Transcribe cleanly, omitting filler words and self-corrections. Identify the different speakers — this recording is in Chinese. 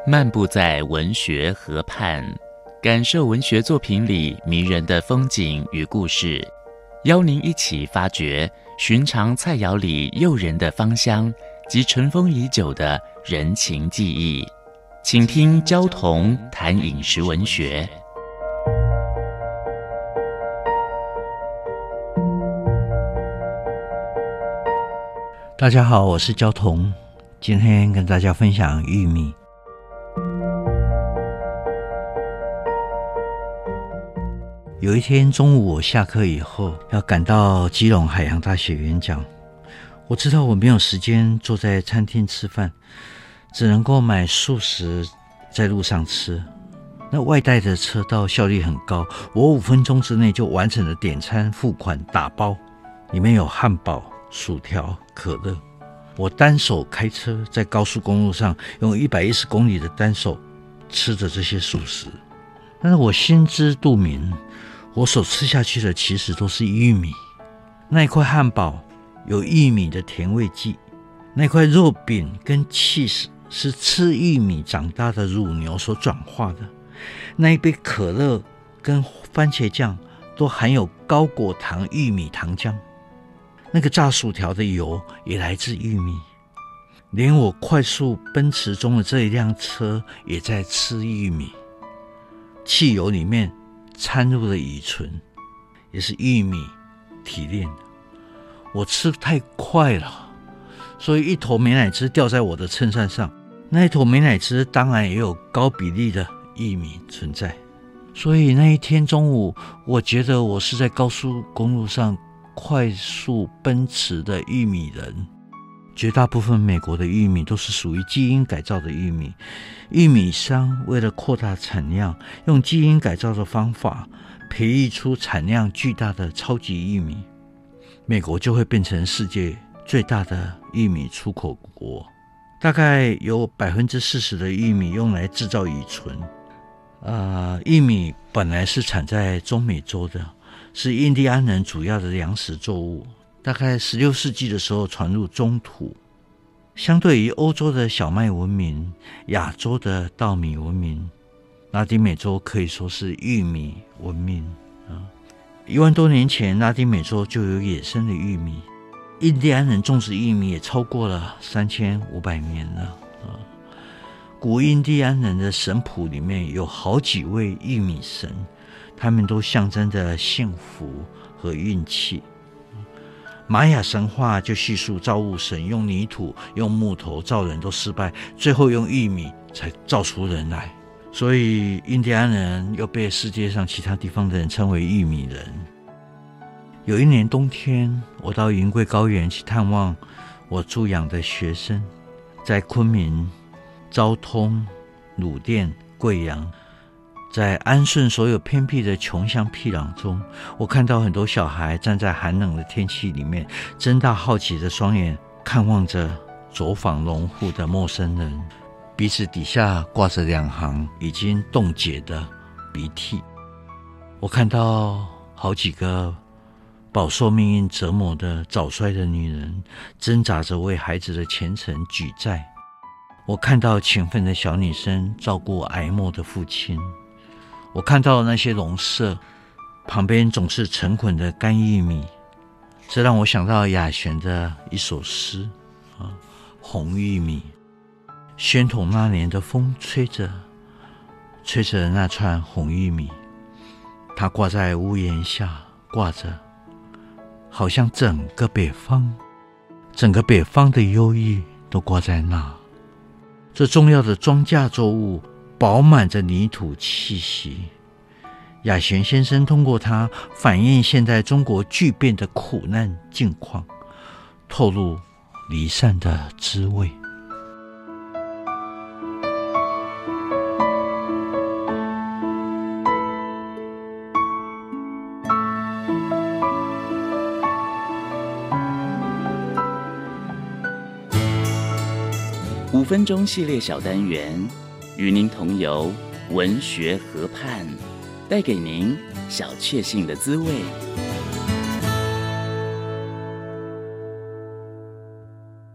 Speaker 1: 漫步在文学河畔，感受文学作品里迷人的风景与故事，邀您一起发掘寻常菜肴里诱人的芳香及尘封已久的人情记忆。请听焦桐谈饮食文学。
Speaker 2: 大家好，我是焦桐，今天跟大家分享玉米。有一天中午，我下课以后要赶到基隆海洋大学演讲，我知道我没有时间坐在餐厅吃饭，只能够买素食在路上吃。那外带的车道效率很高，我5分钟之内就完成了点餐、付款、打包，里面有汉堡、薯条、可乐。我单手开车在高速公路上用110公里的单手吃着这些素食，但是我心知肚明，我所吃下去的其实都是玉米。那一块汉堡有玉米的甜味剂，那块肉饼跟 cheese 是吃玉米长大的乳牛所转化的，那一杯可乐跟番茄酱都含有高果糖玉米糖浆，那个炸薯条的油也来自玉米，连我快速奔驰中的这一辆车也在吃玉米，汽油里面掺入了乙醇，也是玉米提炼的。我吃太快了，所以一坨美乃滋掉在我的衬衫上，那一坨美乃滋当然也有高比例的玉米存在。所以那一天中午，我觉得我是在高速公路上快速奔驰的玉米人。绝大部分美国的玉米都是属于基因改造的玉米，玉米商为了扩大产量，用基因改造的方法培育出产量巨大的超级玉米，美国就会变成世界最大的玉米出口国。大概有 40% 的玉米用来制造乙醇。玉米本来是产在中美洲的，是印第安人主要的粮食作物，大概16世纪的时候传入中土。相对于欧洲的小麦文明，亚洲的稻米文明，拉丁美洲可以说是玉米文明。1万多年前，拉丁美洲就有野生的玉米，印第安人种植玉米也超过了3500年了。古印第安人的神谱里面有好几位玉米神，他们都象征着幸福和运气。玛雅神话就叙述造物神用泥土、用木头造人都失败，最后用玉米才造出人来，所以印第安人又被世界上其他地方的人称为玉米人。有一年冬天，我到云贵高原去探望我助养的学生，在昆明、昭通、鲁甸、贵阳，在安顺所有偏僻的穷乡僻壤中，我看到很多小孩站在寒冷的天气里面，睁大好奇的双眼看望着走访农户的陌生人，鼻子底下挂着2行已经冻结的鼻涕。我看到好几个饱受命运折磨的早衰的女人，挣扎着为孩子的前程举债。我看到勤奋的小女生照顾癌末的父亲，我看到那些农舍旁边总是成捆的干玉米，这让我想到雅璇的一首诗，红玉米。宣统那年的风吹着那串红玉米，它挂在屋檐下，挂着，好像整个北方的忧郁都挂在那。这重要的庄稼作物饱满着泥土气息，雅璇先生通过它反映现在中国巨变的苦难境况，透露离散的滋味。
Speaker 1: 5分钟系列小单元，与您同游文学河畔，带给您小确幸的滋味。